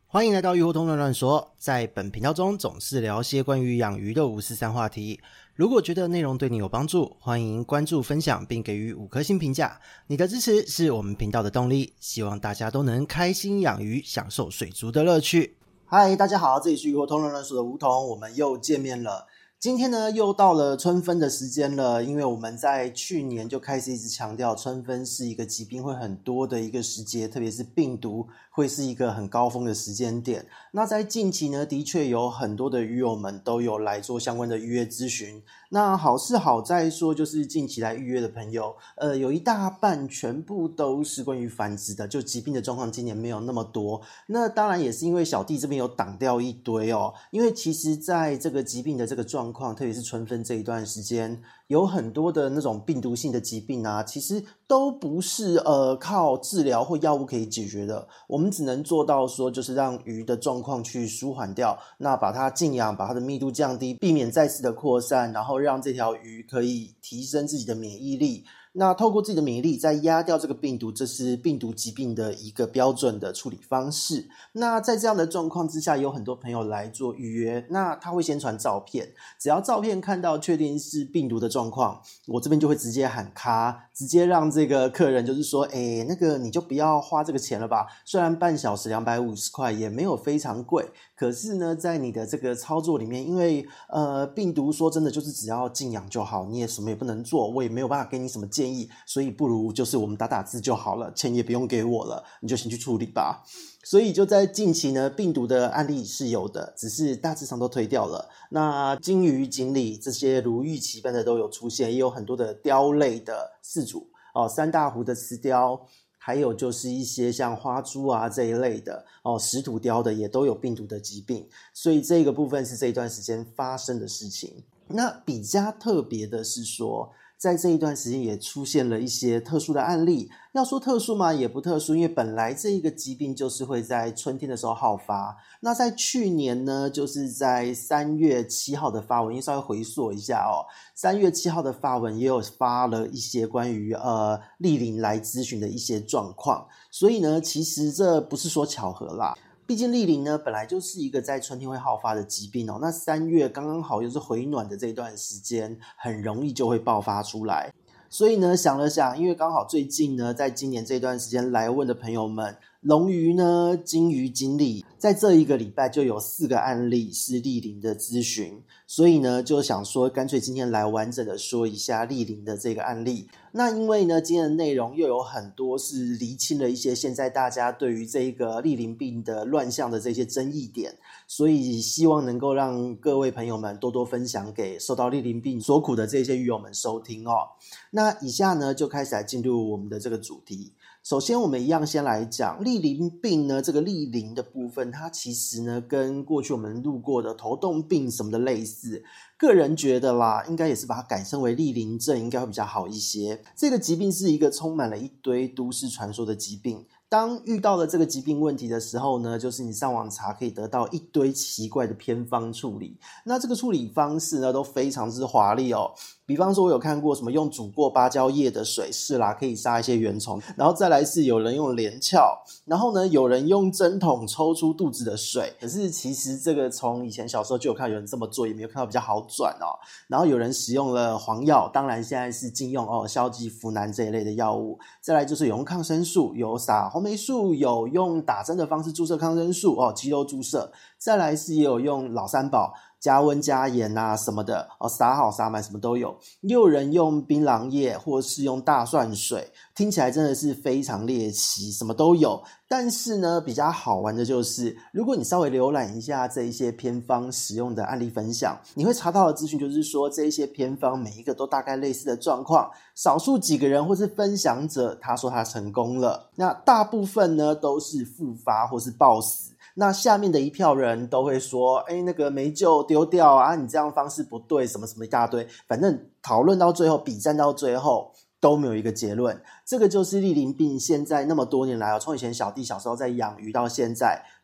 欢迎来到鱼活通乱乱说，在本频道中总是聊些关于养鱼的543话题。如果觉得内容对你有帮助，欢迎关注分享并给予5颗星评价。你的支持是我们频道的动力，希望大家都能开心养鱼，享受水族的乐趣。嗨，大家好，这里是鱼活通乱乱说的梧桐，我们又见面了。今天呢又到了春分的时间了，因为我们在去年就开始一直强调春分是一个疾病会很多的一个时节，特别是病毒会是一个很高峰的时间点。那在近期呢，的确有很多的鱼友们都有来做相关的预约咨询。那好是好在说，就是近期来预约的朋友，有一大半全部都是关于繁殖的，就疾病的状况今年没有那么多。那当然也是因为小弟这边有挡掉一堆哦，因为其实在这个疾病的这个状况，特别是春分这一段时间，有很多的那种病毒性的疾病啊，其实都不是靠治疗或药物可以解决的。我们只能做到说，就是让鱼的状况去舒缓掉，那把它静养，把它的密度降低，避免再次的扩散，然后让这条鱼可以提升自己的免疫力。那透过自己的免疫力再压掉这个病毒，这是病毒疾病的一个标准的处理方式。那在这样的状况之下，有很多朋友来做预约，那他会先传照片，只要照片看到确定是病毒的状况，我这边就会直接喊卡，直接让这个客人就是说，那个你就不要花这个钱了吧，虽然半小时250块也没有非常贵，可是呢在你的这个操作里面，因为病毒说真的就是只要静养就好，你也什么也不能做，我也没有办法给你什么建议，所以不如就是我们打打字就好了，钱也不用给我了，你就先去处理吧。所以就在近期呢，病毒的案例是有的，只是大致上都推掉了。那金鱼、锦鲤这些如预期般的都有出现，也有很多的雕类的饲主三大湖的雌雕，还有就是一些像花猪啊这一类的石土雕的也都有病毒的疾病，所以这个部分是这一段时间发生的事情。那比较特别的是说，在这一段时间也出现了一些特殊的案例，要说特殊嘛也不特殊，因为本来这一个疾病就是会在春天的时候好发。那在去年呢，就是在3月7号的发文，因为稍微回溯一下3月7号的发文也有发了一些关于莅临来咨询的一些状况，所以呢其实这不是说巧合啦，毕竟莅临呢本来就是一个在春天会好发的疾病那3月刚刚好又是回暖的这一段时间，很容易就会爆发出来。所以呢想了想，因为刚好最近呢在今年这段时间来问的朋友们，龙鱼呢、金鱼、锦鲤，在这一个礼拜就有4个案例是莅临的咨询，所以呢就想说干脆今天来完整的说一下莅临的这个案例。那因为呢今天的内容又有很多是厘清了一些现在大家对于这个莅临病的乱象的这些争议点，所以希望能够让各位朋友们多多分享给受到莅临病所苦的这些鱼友们收听那以下呢就开始来进入我们的这个主题。首先我们一样先来讲莅临病呢，这个莅临的部分，它其实呢跟过去我们录过的头痛病什么的类似，个人觉得啦，应该也是把它改称为莅临症应该会比较好一些。这个疾病是一个充满了一堆都市传说的疾病，当遇到了这个疾病问题的时候呢，就是你上网查可以得到一堆奇怪的偏方处理，那这个处理方式呢都非常之华丽比方说我有看过什么用煮过芭蕉叶的水是啦，可以杀一些原虫，然后再来是有人用连翘，然后呢有人用针筒抽出肚子的水，可是其实这个从以前小时候就有看到有人这么做，也没有看到比较好转然后有人使用了黄药，当然现在是禁用硝基呋喃这一类的药物，再来就是有用抗生素，有撒红霉素，有用打针的方式注射抗生素肌肉注射，再来是也有用老三宝加温加盐啊什么的撒好撒满什么都有，也有人用槟榔叶或是用大蒜水，听起来真的是非常猎奇，什么都有。但是呢比较好玩的就是如果你稍微浏览一下这一些偏方使用的案例分享，你会查到的资讯就是说这一些偏方每一个都大概类似的状况，少数几个人或是分享者他说他成功了，那大部分呢都是复发或是暴死，那下面的一票人都会说那个没救丢掉啊，你这样方式不对什么什么一大堆，反正讨论到最后比战到最后都没有一个结论。这个就是莅临病现在那么多年来从以前小弟小时候在养鱼到现在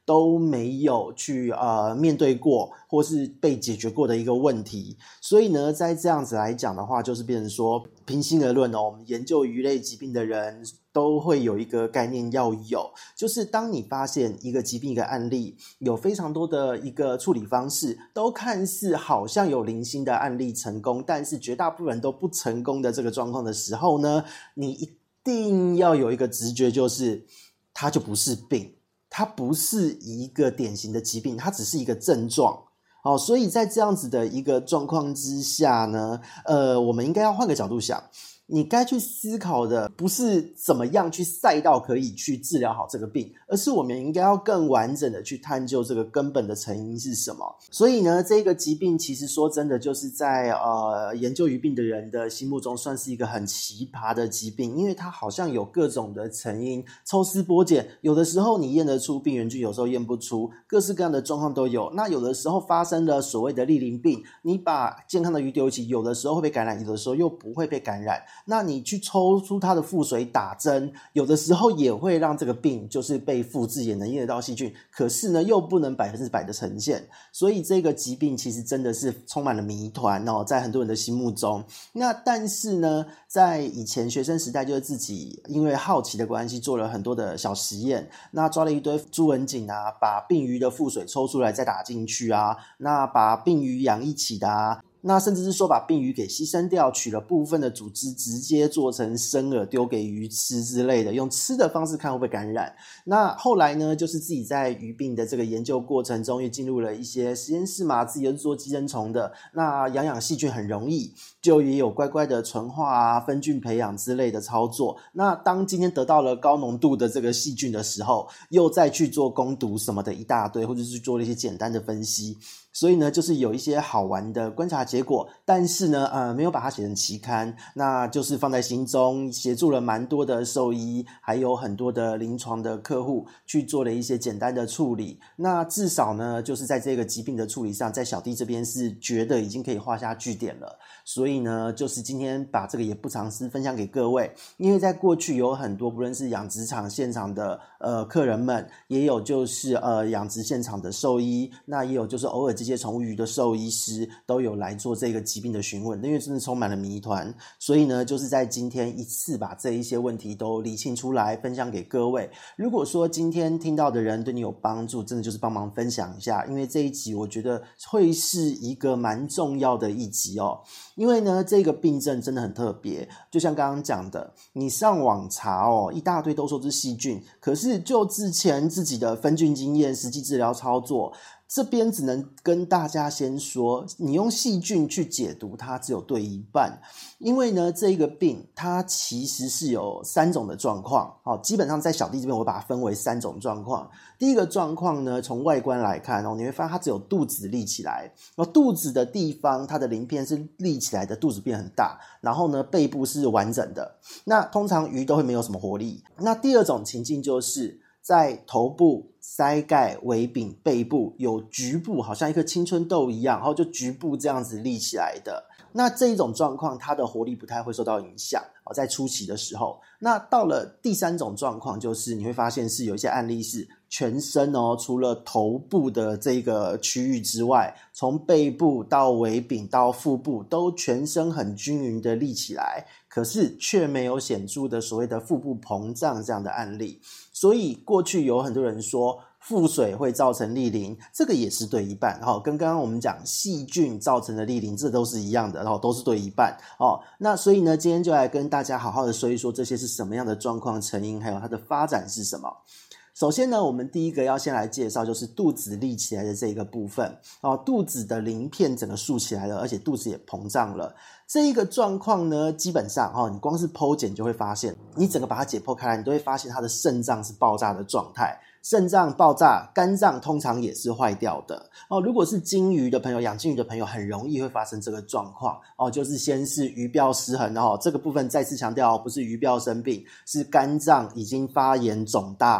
都没有去面对过或是被解决过的一个问题。所以呢，在这样子来讲的话，就是变成说平心而论我们研究鱼类疾病的人都会有一个概念要有，就是当你发现一个疾病一个案例有非常多的一个处理方式，都看似好像有零星的案例成功，但是绝大部分人都不成功的这个状况的时候呢，你一定要有一个直觉，就是它就不是病，它不是一个典型的疾病，它只是一个症状。所以在这样子的一个状况之下呢，我们应该要换个角度想，你该去思考的不是怎么样去赛道可以去治疗好这个病，而是我们应该要更完整的去探究这个根本的成因是什么。所以呢，这个疾病其实说真的就是在研究鱼病的人的心目中算是一个很奇葩的疾病，因为它好像有各种的成因，抽丝剥茧，有的时候你验得出病原菌，有时候验不出，各式各样的状况都有。那有的时候发生了所谓的痢鳞病，你把健康的鱼丢弃，有的时候会被感染，有的时候又不会被感染。那你去抽出它的腹水打针，有的时候也会让这个病就是被复制，也能验得到细菌，可是呢又不能100%的呈现。所以这个疾病其实真的是充满了谜团在很多人的心目中。那但是呢，在以前学生时代，就是自己因为好奇的关系做了很多的小实验，那抓了一堆朱文锦把病鱼的腹水抽出来再打进去那把病鱼养一起的那甚至是说把病鱼给牺牲掉，取了部分的组织直接做成生饵丢给鱼吃之类的，用吃的方式看会不会感染。那后来呢，就是自己在鱼病的这个研究过程中也进入了一些实验室嘛，自己是做寄生虫的，那养细菌很容易，就也有乖乖的纯化分菌培养之类的操作。那当今天得到了高浓度的这个细菌的时候，又再去做攻毒什么的一大堆，或者是做了一些简单的分析。所以呢，就是有一些好玩的观察结果，但是呢，没有把它写成期刊，那就是放在心中，协助了蛮多的兽医，还有很多的临床的客户去做了一些简单的处理。那至少呢，就是在这个疾病的处理上，在小弟这边是觉得已经可以画下句点了。所以呢，就是今天把这个也不藏私分享给各位，因为在过去有很多不论是养殖场现场的客人们，也有就是养殖现场的兽医，那也有就是偶尔这些宠物鱼的兽医师都有来做这个疾病的询问，因为真的充满了谜团。所以呢，就是在今天一次把这一些问题都理清出来分享给各位。如果说今天听到的人对你有帮助，真的就是帮忙分享一下，因为这一集我觉得会是一个蛮重要的一集因为呢，这个病症真的很特别，就像刚刚讲的，你上网查一大堆都说是细菌，可是就之前自己的分菌经验、实际治疗操作，这边只能跟大家先说，你用细菌去解读它只有对一半。因为呢，这个病它其实是有3种的状况基本上在小弟这边我会把它分为3种状况。第一个状况呢，从外观来看你会发现它只有肚子立起来，肚子的地方它的鳞片是立起来的，肚子变很大，然后呢背部是完整的。那通常鱼都会没有什么活力。那第二种情境就是在头部、腮盖、尾柄、背部有局部好像一颗青春痘一样，然后就局部这样子立起来的。那这一种状况它的活力不太会受到影响在初期的时候。那到了第3种状况，就是你会发现是有一些案例是全身除了头部的这个区域之外，从背部到尾柄到腹部都全身很均匀的立起来，可是却没有显著的所谓的腹部膨胀这样的案例。所以过去有很多人说腹水会造成痢鳞，这个也是对一半跟刚刚我们讲细菌造成的痢鳞，这都是一样的，都是对一半那所以呢，今天就来跟大家好好的说一说这些是什么样的状况成因，还有它的发展是什么。首先呢，我们第一个要先来介绍就是肚子立起来的这个部分肚子的鳞片整个竖起来了，而且肚子也膨胀了。这一个状况呢，基本上你光是剖检就会发现，你整个把它解剖开来，你都会发现它的肾脏是爆炸的状态。肾脏爆炸，肝脏通常也是坏掉的如果是金鱼的朋友，养金鱼的朋友很容易会发生这个状况就是先是鱼鳔失衡这个部分再次强调不是鱼鳔生病，是肝脏已经发炎肿大了，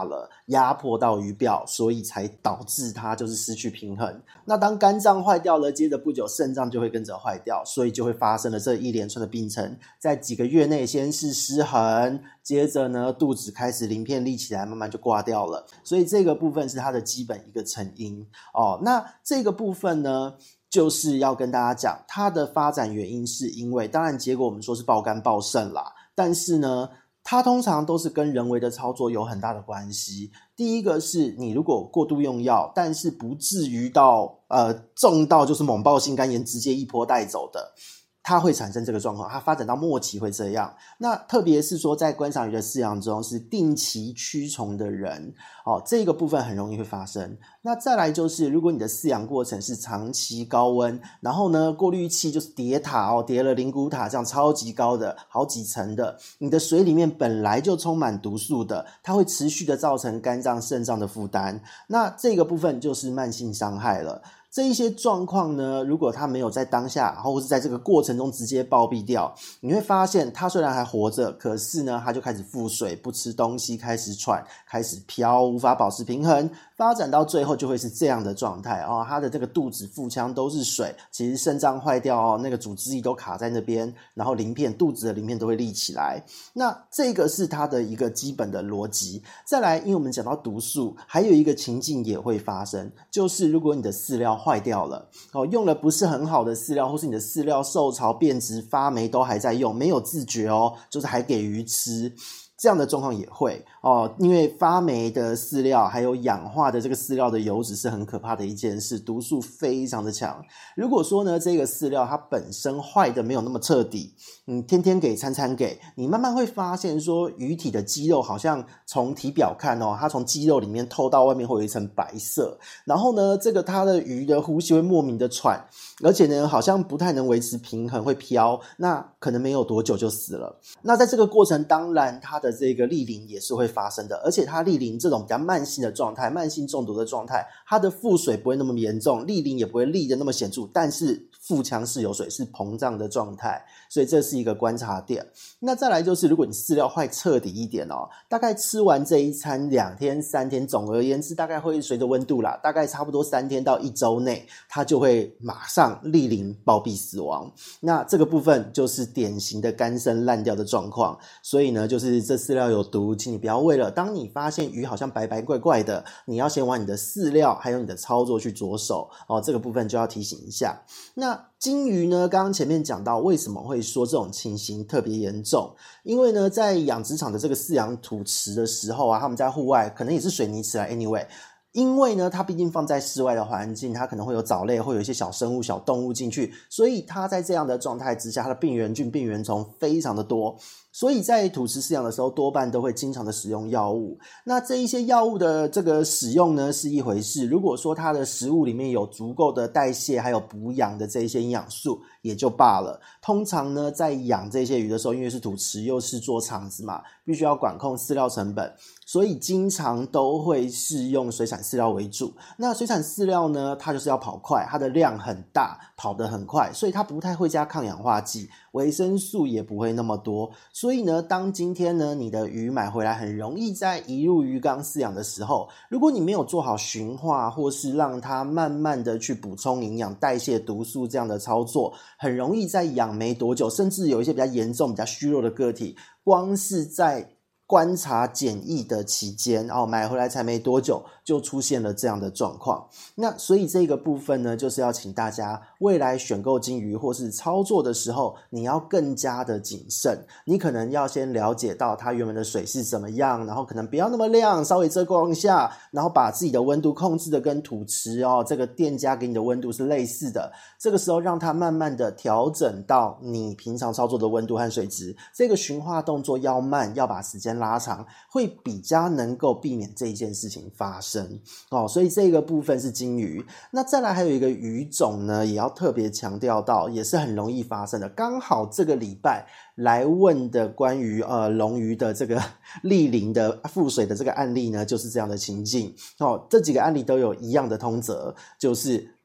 压迫到鱼鳔，所以才导致它就是失去平衡。那当肝脏坏掉了，接着不久肾脏就会跟着坏掉，所以就会发生了这一连串的病程，在几个月内先是失衡，接着呢肚子开始鳞片立起来，慢慢就挂掉了。所以这个部分是它的基本一个成因那这个部分呢就是要跟大家讲它的发展原因，是因为当然结果我们说是爆肝爆肾啦，但是呢它通常都是跟人为的操作有很大的关系。第一个是你如果过度用药，但是不至于到重到就是猛爆性肝炎直接一波带走的，它会产生这个状况，它发展到末期会这样。那特别是说在观赏鱼的饲养中是定期驱虫的人这个部分很容易会发生。那再来就是如果你的饲养过程是长期高温，然后呢过滤器就是叠塔叠了灵骨塔这样超级高的好几层的，你的水里面本来就充满毒素的，它会持续的造成肝脏肾脏的负担，那这个部分就是慢性伤害了。这一些状况呢，如果它没有在当下或是在这个过程中直接暴毙掉，你会发现它虽然还活着，可是呢它就开始腹水，不吃东西，开始喘，开始飘，无法保持平衡，发展到最后就会是这样的状态它的这个肚子腹腔都是水，其实肾脏坏掉那个组织液都卡在那边，然后鳞片肚子的鳞片都会立起来。那这个是它的一个基本的逻辑。再来因为我们讲到毒素，还有一个情境也会发生，就是如果你的饲料坏掉了用了不是很好的饲料，或是你的饲料受潮变质发霉都还在用，没有自觉就是还给鱼吃，这样的状况也会因为发霉的饲料还有氧化的这个饲料的油脂是很可怕的一件事，毒素非常的强。如果说呢这个饲料它本身坏的没有那么彻底，你天天给餐餐给，你慢慢会发现说鱼体的肌肉好像从体表看它从肌肉里面透到外面会有一层白色，然后呢这个它的鱼的呼吸会莫名的喘，而且呢好像不太能维持平衡，会飘，那可能没有多久就死了。那在这个过程当然它的这个痢鳞也是会发生的，而且它痢鳞这种比较慢性的状态，慢性中毒的状态，它的腹水不会那么严重，痢鳞也不会痢的那么显著，但是腹腔是有水，是膨胀的状态，所以这是一个观察点。那再来就是如果你饲料坏彻底一点大概吃完这一餐2天3天，总而言之大概会随着温度啦，大概差不多3天到1周内它就会马上痢鳞暴毙死亡。那这个部分就是典型的肝肾烂掉的状况，所以呢就是这饲料有毒，请你不要为了当你发现鱼好像白白怪怪的，你要先往你的饲料还有你的操作去着手这个部分就要提醒一下。那金鱼呢刚刚前面讲到为什么会说这种情形特别严重，因为呢在养殖场的这个饲养土池的时候他们在户外可能也是水泥池anyway，因为呢它毕竟放在室外的环境，它可能会有藻类，会有一些小生物小动物进去，所以它在这样的状态之下，它的病原菌病原虫非常的多，所以在土池饲养的时候多半都会经常的使用药物。那这一些药物的这个使用呢是一回事，如果说它的食物里面有足够的代谢还有补养的这一些营养素也就罢了。通常呢在养这些鱼的时候，因为是土池又是做场子嘛，必须要管控饲料成本，所以经常都会是用水产饲料为主。那水产饲料呢它就是要跑快，它的量很大，跑得很快，所以它不太会加抗氧化剂，维生素也不会那么多。所以呢当今天呢你的鱼买回来很容易在移入鱼缸饲养的时候，如果你没有做好驯化或是让它慢慢的去补充营养代谢毒素这样的操作，很容易在养没多久，甚至有一些比较严重比较虚弱的个体，光是在观察检疫的期间买回来才没多久就出现了这样的状况。那所以这个部分呢就是要请大家未来选购金鱼或是操作的时候，你要更加的谨慎，你可能要先了解到它原本的水是怎么样，然后可能不要那么亮，稍微遮光一下，然后把自己的温度控制的跟土池这个店家给你的温度是类似的，这个时候让它慢慢的调整到你平常操作的温度和水质，这个驯化动作要慢，要把时间拉长，会比较能够避免这一件事情发生所以这个部分是金鱼。那再来还有一个鱼种呢也要特别强调到，也是很容易发生的，刚好这个礼拜来问的关于龙鱼的这个痢鳞的腹水的这个案例呢就是这样的情境这几个案例都有一样的通则，就是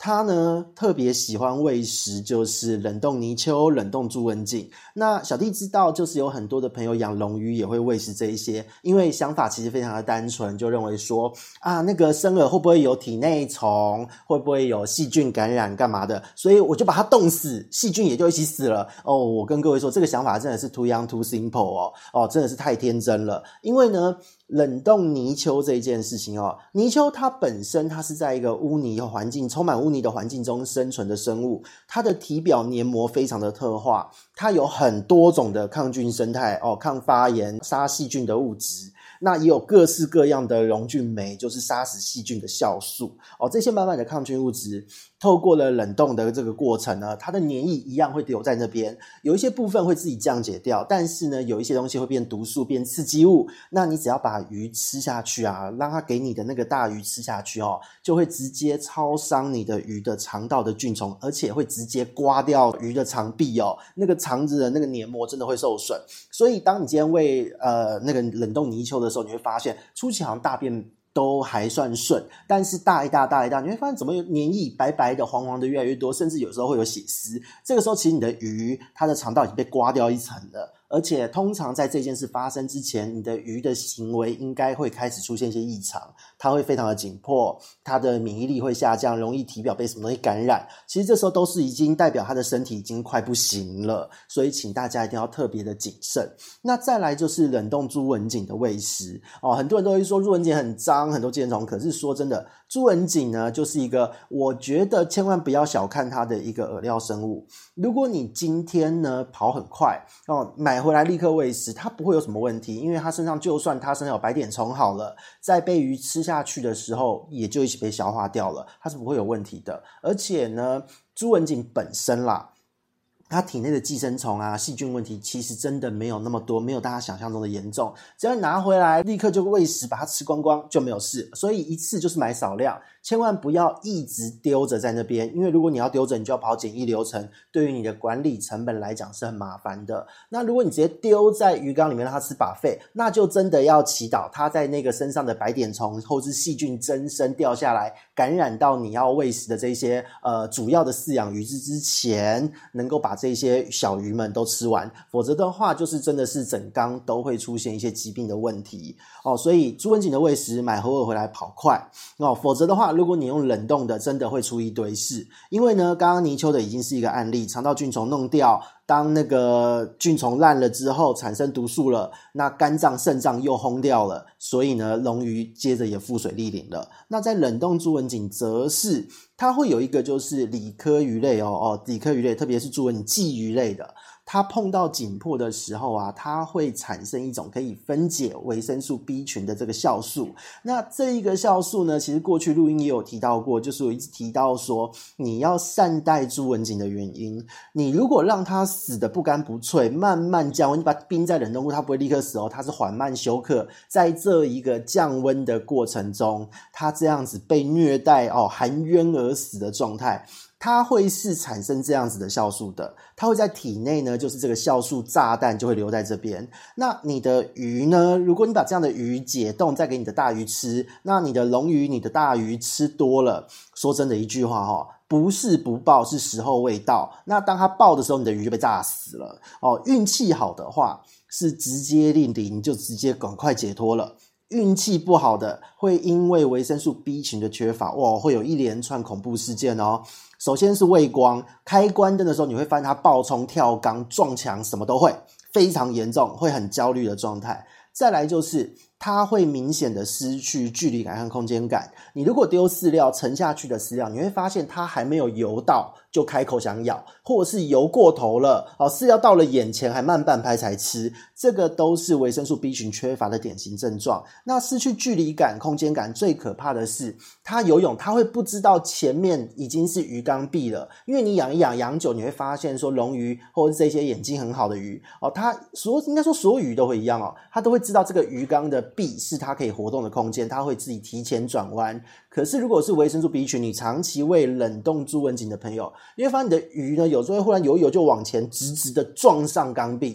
他呢特别喜欢喂食就是冷冻泥鳅、冷冻猪文锦。那小弟知道就是有很多的朋友养龙鱼也会喂食这一些，因为想法其实非常的单纯，就认为说啊那个生饵会不会有体内虫，会不会有细菌感染干嘛的，所以我就把它冻死，细菌也就一起死了。我跟各位说这个想法真的是 too young too simple 真的是太天真了。因为呢冷冻泥鳅这一件事情泥鳅它本身它是在一个污泥环境充满污泥的环境中生存的生物，它的体表黏膜非常的特化，它有很多种的抗菌生态抗发炎杀细菌的物质，那也有各式各样的溶菌酶，就是杀死细菌的酵素这些满满的抗菌物质透过了冷冻的这个过程呢，它的粘液一样会留在那边，有一些部分会自己降解掉，但是呢有一些东西会变毒素变刺激物，那你只要把鱼吃下去啊，让它给你的那个大鱼吃下去就会直接超伤你的鱼的肠道的菌虫，而且会直接刮掉鱼的肠壁那个肠子的那个黏膜真的会受损。所以当你今天喂那个冷冻泥鳅的时候，你会发现初期好像大便都还算顺，但是大一大你会发现怎么粘液白白的黄黄的越来越多，甚至有时候会有血丝，这个时候其实你的鱼它的肠道已经被刮掉一层了，而且通常在这件事发生之前，你的鱼的行为应该会开始出现一些异常，它会非常的紧迫，它的免疫力会下降，容易体表被什么东西感染，其实这时候都是已经代表它的身体已经快不行了，所以请大家一定要特别的谨慎。那再来就是冷冻猪文锦的喂食很多人都会说猪文锦很脏很多寄生虫，可是说真的猪文锦呢就是一个我觉得千万不要小看它的一个饵料生物。如果你今天呢跑很快买回来立刻喂食，它不会有什么问题，因为它身上就算它身上有白点虫好了，在被鱼吃下去的时候也就一起被消化掉了，它是不会有问题的。而且呢猪文锦本身啦，它体内的寄生虫啊细菌问题其实真的没有那么多，没有大家想象中的严重，只要拿回来立刻就喂食把它吃光光就没有事。所以一次就是买少量，千万不要一直丢着在那边，因为如果你要丢着你就要跑检疫流程，对于你的管理成本来讲是很麻烦的。那如果你直接丢在鱼缸里面让它吃buffet，那就真的要祈祷它在那个身上的白点虫或是细菌增生掉下来感染到你要喂食的这些主要的饲养鱼只之前能够把这些小鱼们都吃完，否则的话就是真的是整缸都会出现一些疾病的问题所以猪文锦的喂食买偶尔回来跑快否则的话如果你用冷冻的真的会出一堆事。因为呢刚刚泥鳅的已经是一个案例，肠道菌虫弄掉，当那个菌虫烂了之后产生毒素了，那肝脏肾脏又轰掉了，所以呢龙鱼接着也覆水立鳞了。那在冷冻猪文锦则是它会有一个就是鲤科鱼类鲤科鱼类特别是猪文锦鲫鱼类的，它碰到紧迫的时候啊，它会产生一种可以分解维生素 B 群的这个酵素。那这一个酵素呢，其实过去录音也有提到过，就是我一直提到说你要善待猪文锦的原因，你如果让它死的不干不脆，慢慢降温，你把它冰在冷冻库它不会立刻死它是缓慢休克，在这一个降温的过程中，它这样子被虐待含冤而死的状态，它会是产生这样子的酵素的，它会在体内呢，就是这个酵素炸弹就会留在这边。那你的鱼呢，如果你把这样的鱼解冻再给你的大鱼吃，那你的龙鱼你的大鱼吃多了，说真的一句话不是不爆，是时候未到。那当它爆的时候，你的鱼就被炸死了运气好的话是直接令鳞就直接赶快解脱了，运气不好的会因为维生素 B 群的缺乏会有一连串恐怖事件首先是畏光，开关灯的时候你会发现它爆冲跳缸撞墙什么都会，非常严重，会很焦虑的状态。再来就是它会明显的失去距离感和空间感，你如果丢饲料沉下去的饲料，你会发现它还没有游到就开口想咬，或者是游过头了饲料到了眼前还慢半拍才吃，这个都是维生素 B 群缺乏的典型症状。那失去距离感空间感最可怕的是它游泳它会不知道前面已经是鱼缸壁了，因为你养一养久你会发现说龙鱼或者是这些眼睛很好的鱼它应该说所有鱼都会一样它都会知道这个鱼缸的壁是它可以活动的空间，它会自己提前转弯。可是如果是维生素 B 群你长期喂冷冻猪文锦的朋友，你会发现你的鱼呢有时候会忽然游一游就往前直直的撞上缸壁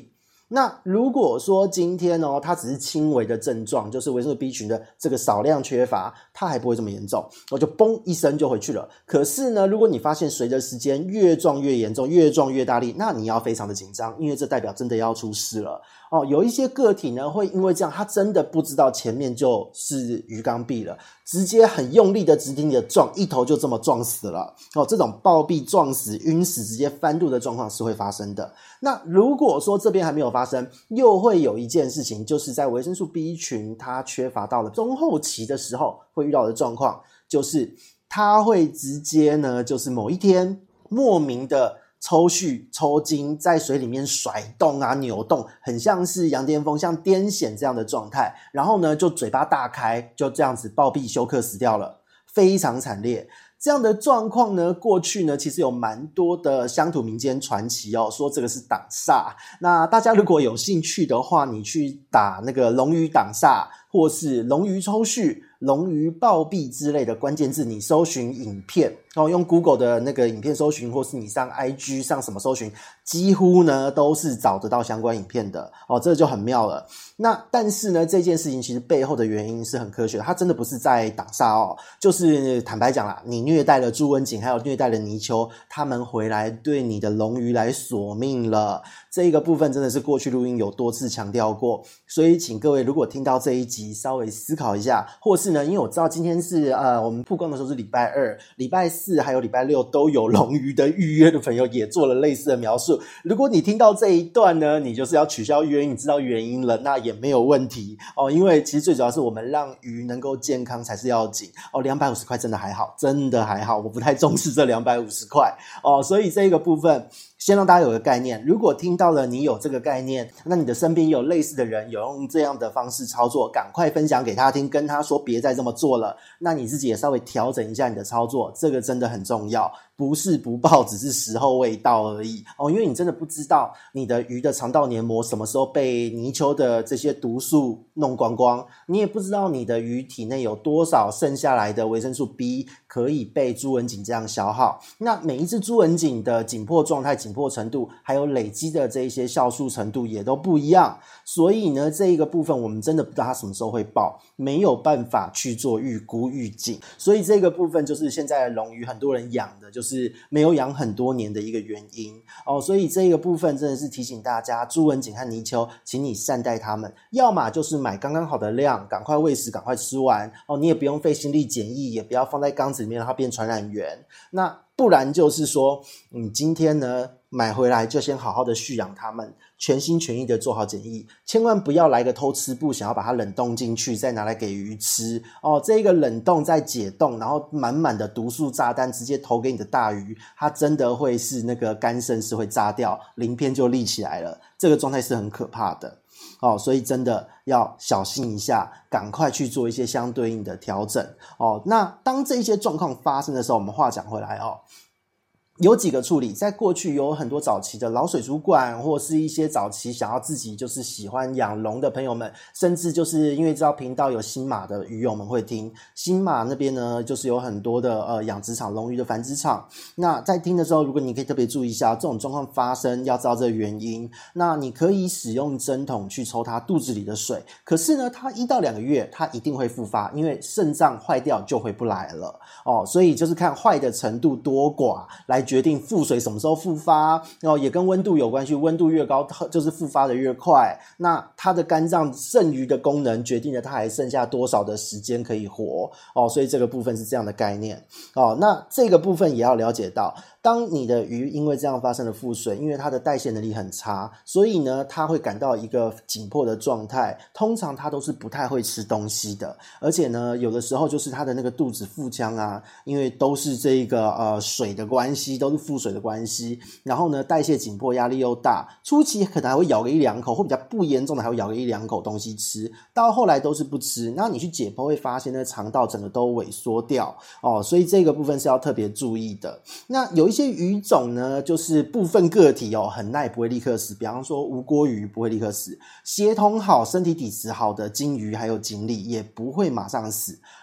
那如果说今天它只是轻微的症状，就是维生素 B 群的这个少量缺乏，它还不会这么严重，我就嘣一声就回去了。可是呢，如果你发现随着时间越撞越严重，越撞越大力，那你要非常的紧张，因为这代表真的要出事了。有一些个体呢会因为这样，他真的不知道前面就是鱼缸壁了，直接很用力的直挺的撞，一头就这么撞死了。这种暴毙撞死、晕死、直接翻肚的状况是会发生的。那如果说这边还没有发生，又会有一件事情，就是在维生素 B 群它缺乏到了中后期的时候会遇到的状况，就是它会直接呢，就是某一天莫名的抽搐抽筋，在水里面甩动啊扭动，很像是羊癫疯像癫痫这样的状态，然后呢就嘴巴大开，就这样子暴毙休克死掉了，非常惨烈。这样的状况呢，过去呢其实有蛮多的乡土民间传奇说这个是挡煞。那大家如果有兴趣的话，你去打那个龙鱼挡煞，或是龙鱼抽搐、龙鱼暴毙之类的关键字，你搜寻影片用 Google 的那个影片搜寻，或是你上 IG 上什么搜寻，几乎呢都是找得到相关影片的这就很妙了。那但是呢，这件事情其实背后的原因是很科学的，它真的不是在挡煞就是坦白讲啦，你虐待了朱文锦还有虐待了泥鳅，他们回来对你的龙鱼来索命了。这个部分真的是过去录音有多次强调过，所以请各位如果听到这一集稍微思考一下，或是呢，因为我知道今天是我们曝光的时候是礼拜二、礼拜四还有礼拜六都有龙鱼的预约的朋友也做了类似的描述。如果你听到这一段呢，你就是要取消预约，你知道原因了，那也没有问题因为其实最主要是我们让鱼能够健康才是要紧250块真的还好，真的还好，我不太重视这250块所以这个部分先让大家有个概念。如果听到了你有这个概念，那你的身边有类似的人有用这样的方式操作，赶快分享给他听，跟他说别再这么做了，那你自己也稍微调整一下你的操作，这个真的很重要，不是不报，只是时候未到而已因为你真的不知道你的鱼的肠道黏膜什么时候被泥鳅的这些毒素弄光光，你也不知道你的鱼体内有多少剩下来的维生素 B 可以被朱文锦这样消耗。那每一只朱文锦的紧迫状态、紧迫程度还有累积的这一些酵素程度也都不一样，所以呢这一个部分我们真的不知道它什么时候会爆，没有办法去做预估预警，所以这个部分就是现在的龙鱼很多人养的就是没有养很多年的一个原因所以这个部分真的是提醒大家，朱文锦和泥鳅请你善待它们，要么就是买刚刚好的量，赶快喂食，赶快吃完你也不用费心力检疫，也不要放在缸子里面让它变传染源。那不然就是说你今天呢买回来就先好好的蓄养它们，全心全意的做好检疫，千万不要来个偷吃步，想要把它冷冻进去再拿来给鱼吃这个冷冻再解冻，然后满满的毒素炸弹直接投给你的大鱼，它真的会是那个肝肾是会炸掉，鳞片就立起来了，这个状态是很可怕的所以真的要小心一下，赶快去做一些相对应的调整那当这些状况发生的时候，我们话讲回来有几个处理，在过去有很多早期的老水族馆，或是一些早期想要自己就是喜欢养龙的朋友们，甚至就是因为知道频道有新马的鱼友们会听，新马那边呢就是有很多的养殖场，龙鱼的繁殖场。那在听的时候，如果你可以特别注意一下这种状况发生，要知道这个原因，那你可以使用针筒去抽它肚子里的水，可是呢它1到2个月它一定会复发，因为肾脏坏掉就回不来了所以就是看坏的程度多寡来决定腹水什么时候复发也跟温度有关系，温度越高就是复发的越快，那它的肝脏剩余的功能决定了它还剩下多少的时间可以活所以这个部分是这样的概念那这个部分也要了解到，当你的鱼因为这样发生了腹水，因为它的代谢能力很差，所以呢它会感到一个紧迫的状态，通常它都是不太会吃东西的，而且呢有的时候就是它的那个肚子腹腔啊，因为都是这个水的关系，都是腹水的关系，然后呢代谢紧迫，压力又大，初期可能还会咬个1-2口，或比较不严重的还会咬个1-2口东西吃，到后来都是不吃，那你去解剖会发现那个肠道整个都萎缩掉所以这个部分是要特别注意的。那有一些鱼种呢，就是部分个体很耐不会立刻死，比方说无锅鱼不会立刻死，协同好身体底质好的金鱼还有锦鲤也不会马上死。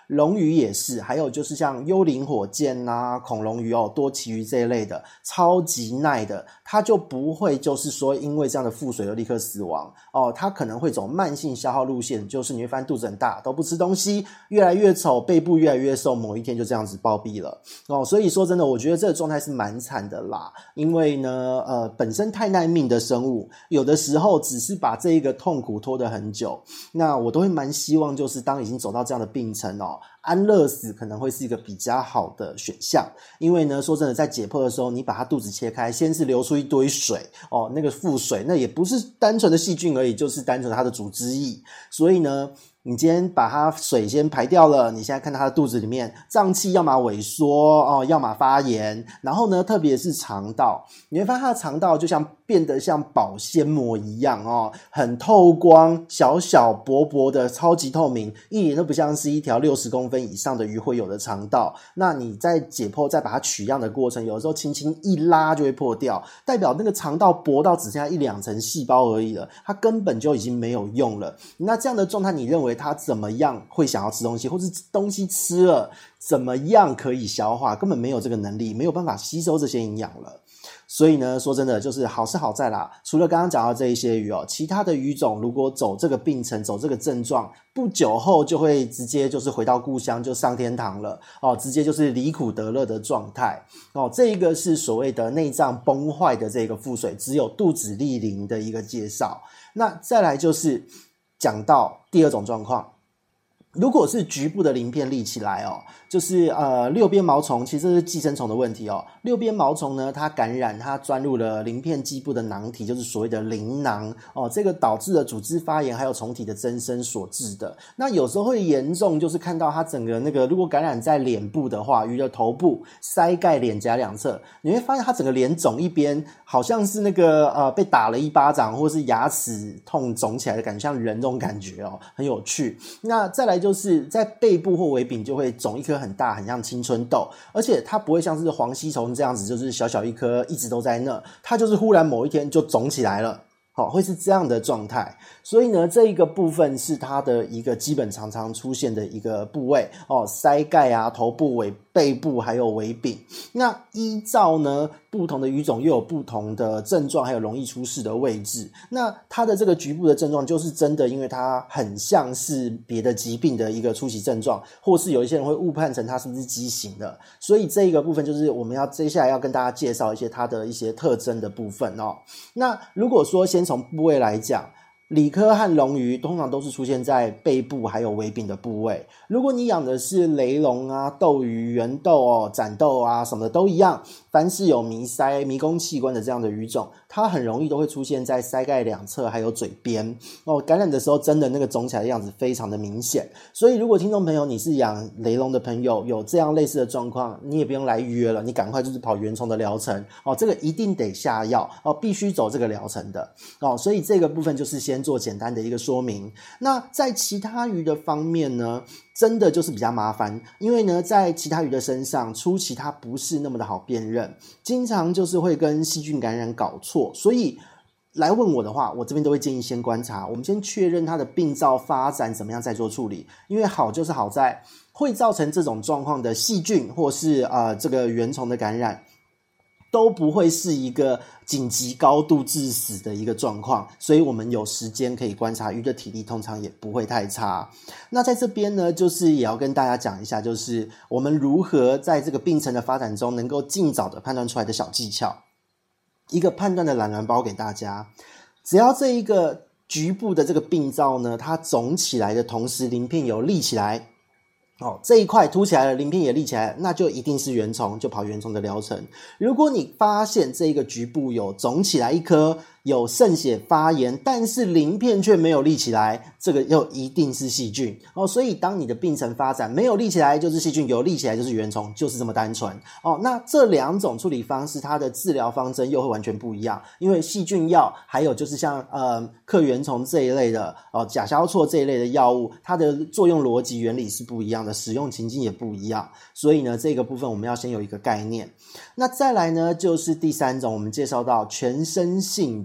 龙鱼也是，还有就是像幽灵火箭啊、恐龙鱼多鳍鱼这一类的，超级耐的，它就不会就是说因为这样的腹水而立刻死亡它可能会走慢性消耗路线，就是你会发现肚子很大，都不吃东西，越来越丑，背部越来越瘦，某一天就这样子暴毙了所以说真的，我觉得这个状态是蛮惨的啦，因为呢本身太耐命的生物，有的时候只是把这一个痛苦拖得很久，那我都会蛮希望就是当已经走到这样的病程安乐死可能会是一个比较好的选项，因为呢说真的，在解剖的时候你把它肚子切开，先是流出一堆水那个腹水那也不是单纯的细菌而已，就是单纯的它的组织液，所以呢你今天把它水先排掉了，你现在看到它的肚子里面脏器要么萎缩要么发炎，然后呢特别是肠道，你会发现它的肠道就像变得像保鲜膜一样很透光，小小薄薄的，超级透明，一点都不像是一条60公分以上的鱼会有的肠道。那你在解剖再把它取样的过程，有的时候轻轻一拉就会破掉，代表那个肠道薄到只剩下1-2层细胞而已了，它根本就已经没有用了。那这样的状态，你认为它怎么样会想要吃东西，或是东西吃了怎么样可以消化，根本没有这个能力，没有办法吸收这些营养了。所以呢说真的，就是好是好在啦，除了刚刚讲到这一些鱼其他的鱼种如果走这个病程，走这个症状，不久后就会直接就是回到故乡，就上天堂了直接就是离苦得乐的状态这一个是所谓的内脏崩坏的这个腹水，只有肚子莅临的一个介绍。那再来就是讲到第二种状况，如果是局部的鳞片立起来就是六边毛虫，其实这是寄生虫的问题六边毛虫呢，它感染，它钻入了鳞片基部的囊体，就是所谓的鳞囊这个导致了组织发炎还有虫体的增生所致的。那有时候会严重，就是看到它整个那个如果感染在脸部的话，鱼的头部、腮盖、脸颊两侧，你会发现它整个脸肿一边，好像是那个被打了一巴掌，或是牙齿痛肿起来的感觉，像人这种感觉很有趣。那再来就是在背部或尾柄就会肿一颗很大，很像青春痘，而且它不会像是黄吸虫这样子，就是小小一颗一直都在那，它就是忽然某一天就肿起来了会是这样的状态。所以呢这一个部分是它的一个基本常常出现的一个部位腮盖啊、头部、背部还有尾柄。那依照呢不同的鱼种又有不同的症状，还有容易出事的位置。那它的这个局部的症状就是真的因为它很像是别的疾病的一个初期症状，或是有一些人会误判成它是不是畸形的，所以这一个部分就是我们要接下来要跟大家介绍一些它的一些特征的部分那如果说先从部位来讲，鲤科和龙鱼通常都是出现在背部还有尾柄的部位。如果你养的是雷龙啊、斗鱼、圆斗斩斗啊什么的都一样，凡是有迷鳃、迷宫器官的这样的鱼种，它很容易都会出现在腮盖两侧还有嘴边感染的时候真的那个肿起来的样子非常的明显。所以如果听众朋友你是养雷龙的朋友，有这样类似的状况，你也不用来预约了，你赶快就是跑原虫的疗程这个一定得下药必须走这个疗程的所以这个部分就是先做简单的一个说明。那在其他鱼的方面呢，真的就是比较麻烦，因为呢在其他鱼的身上初期它不是那么的好辨认，经常就是会跟细菌感染搞错，所以来问我的话，我这边都会建议先观察，我们先确认它的病灶发展怎么样再做处理。因为好就是好在会造成这种状况的细菌或是这个原虫的感染都不会是一个紧急高度致死的一个状况，所以我们有时间可以观察，鱼的体力通常也不会太差。那在这边呢，就是也要跟大家讲一下，就是我们如何在这个病程的发展中能够尽早的判断出来的小技巧。一个判断的懒人包给大家，只要这一个局部的这个病灶呢，它肿起来的同时鳞片有立起来这一块凸起来了，鳞片也立起来了，那就一定是原虫，就跑原虫的疗程。如果你发现这一个局部有肿起来一颗，有渗血发炎，但是鳞片却没有立起来，这个又一定是细菌所以当你的病程发展没有立起来就是细菌，有立起来就是原虫，就是这么单纯那这两种处理方式它的治疗方针又会完全不一样，因为细菌药还有就是像克原虫这一类的甲硝唑这一类的药物，它的作用逻辑原理是不一样的，使用情境也不一样，所以呢这个部分我们要先有一个概念。那再来呢就是第三种，我们介绍到全身性的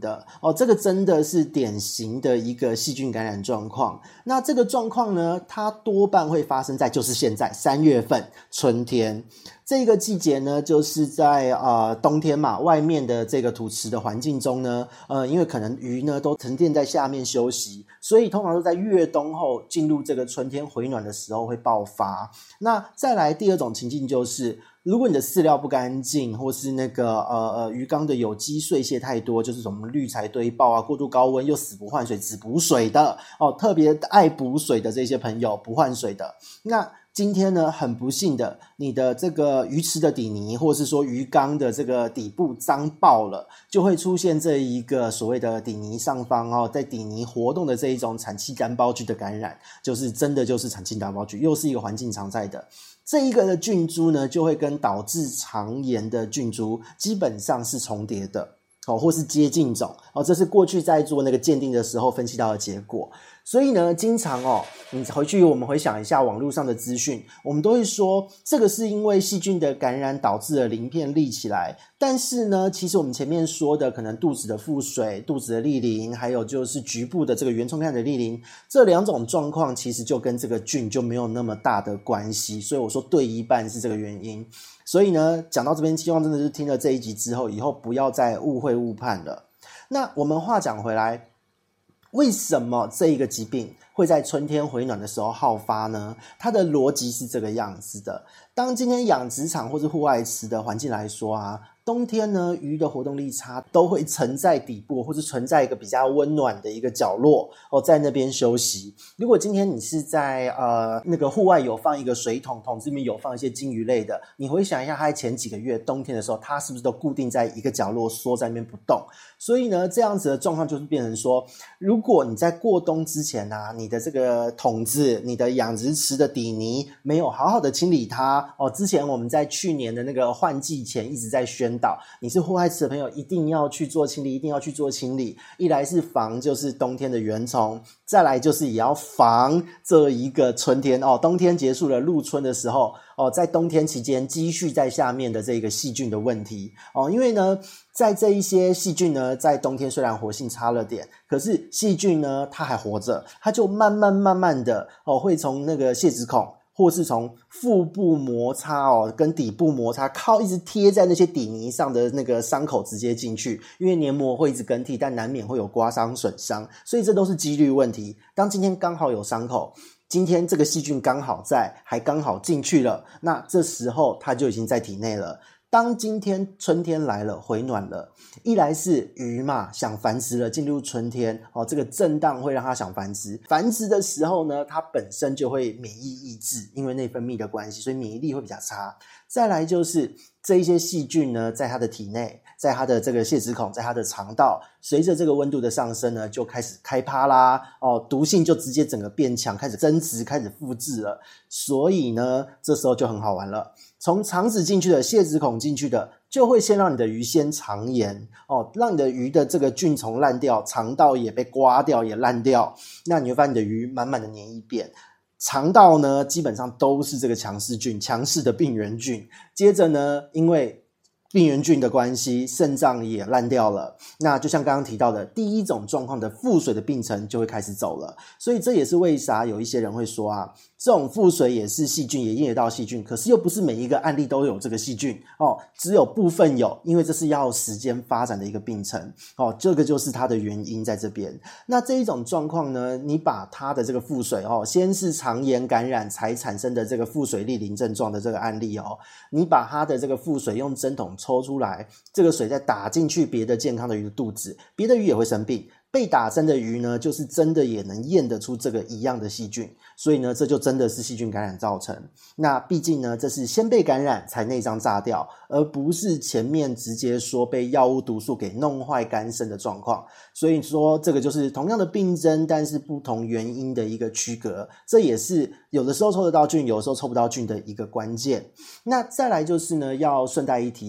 的这个真的是典型的一个细菌感染状况。那这个状况呢，它多半会发生在就是现在3月份春天这个季节呢，就是在冬天嘛，外面的这个土池的环境中呢，因为可能鱼呢都沉淀在下面休息，所以通常都在越冬后进入这个春天回暖的时候会爆发。那再来第二种情境就是，如果你的饲料不干净，或是那个鱼缸的有机碎屑太多，就是什么滤材堆爆啊，过度高温又死不换水只补水的特别爱补水的这些朋友，不换水的，那今天呢，很不幸的，你的这个鱼池的底泥，或是说鱼缸的这个底部脏爆了，就会出现这一个所谓的底泥上方在底泥活动的这一种产气单胞菌的感染，就是真的就是产气单胞菌，又是一个环境常在的。这一个的菌株呢，就会跟导致肠炎的菌株基本上是重叠的或是接近种这是过去在做那个鉴定的时候分析到的结果。所以呢，经常你回去我们回想一下网络上的资讯，我们都会说这个是因为细菌的感染导致了鳞片立起来。但是呢，其实我们前面说的可能肚子的腹水、肚子的粒鳞，还有就是局部的这个原虫感染的粒鳞，这两种状况其实就跟这个菌就没有那么大的关系。所以我说对一半是这个原因。所以呢，讲到这边，希望真的是听了这一集之后，以后不要再误会误判了。那我们话讲回来，为什么这一个疾病会在春天回暖的时候好发呢？它的逻辑是这个样子的。当今天养殖场或是户外池的环境来说啊，冬天呢，鱼的活动力差，都会沉在底部，或是存在一个比较温暖的一个角落在那边休息。如果今天你是在那个户外有放一个水桶，桶子里面有放一些金鱼类的，你回想一下，它在前几个月冬天的时候，它是不是都固定在一个角落缩在那边不动？所以呢，这样子的状况就是变成说，如果你在过冬之前啊，你的这个桶子、你的养殖池的底泥没有好好的清理它之前我们在去年的那个换季前一直在宣导，你是户外池的朋友一定要去做清理，一定要去做清理。一来是防就是冬天的原虫，再来就是也要防这一个春天冬天结束了入春的时候在冬天期间积蓄在下面的这个细菌的问题因为呢，在这一些细菌呢，在冬天虽然活性差了点，可是细菌呢它还活着，它就慢慢的会从那个泄殖孔，或是从腹部摩擦跟底部摩擦，一直贴在那些底泥上的那个伤口直接进去，因为黏膜会一直更替，但难免会有刮伤损伤，所以这都是几率问题。当今天刚好有伤口，今天这个细菌刚好在，还刚好进去了，那这时候它就已经在体内了。当今天春天来了，回暖了，一来是鱼嘛想繁殖了，进入春天这个震荡会让它想繁殖，繁殖的时候呢，它本身就会免疫抑制，因为内分泌的关系，所以免疫力会比较差。再来就是这一些细菌呢，在它的体内，在它的这个泄殖孔，在它的肠道，随着这个温度的上升呢，就开始开趴啦毒性就直接整个变强，开始增殖，开始复制了。所以呢，这时候就很好玩了，从肠子进去的，泄殖孔进去的，就会先让你的鱼先肠炎让你的鱼的这个菌丛烂掉，肠道也被刮掉，也烂掉，那你会发现你的鱼满满的黏液便。肠道呢，基本上都是这个强势菌，强势的病原菌。接着呢，因为病原菌的关系，肾脏也烂掉了。那就像刚刚提到的，第一种状况的腹水的病程就会开始走了。所以这也是为啥有一些人会说啊，这种腹水也是细菌，也验得到细菌，可是又不是每一个案例都有这个细菌只有部分有，因为这是要时间发展的一个病程这个就是它的原因在这边。那这一种状况呢，你把它的这个腹水先是肠炎感染才产生的这个腹水粒鳞症状的这个案例你把它的这个腹水用针筒抽出来，这个水再打进去别的健康的鱼的肚子，别的鱼也会生病，被打针的鱼呢，就是真的也能验得出这个一样的细菌，所以呢，这就真的是细菌感染造成。那毕竟呢，这是先被感染才内脏炸掉，而不是前面直接说被药物毒素给弄坏肝肾的状况。所以说这个就是同样的病症，但是不同原因的一个区隔，这也是有的时候抽得到菌，有的时候抽不到菌的一个关键。那再来就是呢，要顺带一提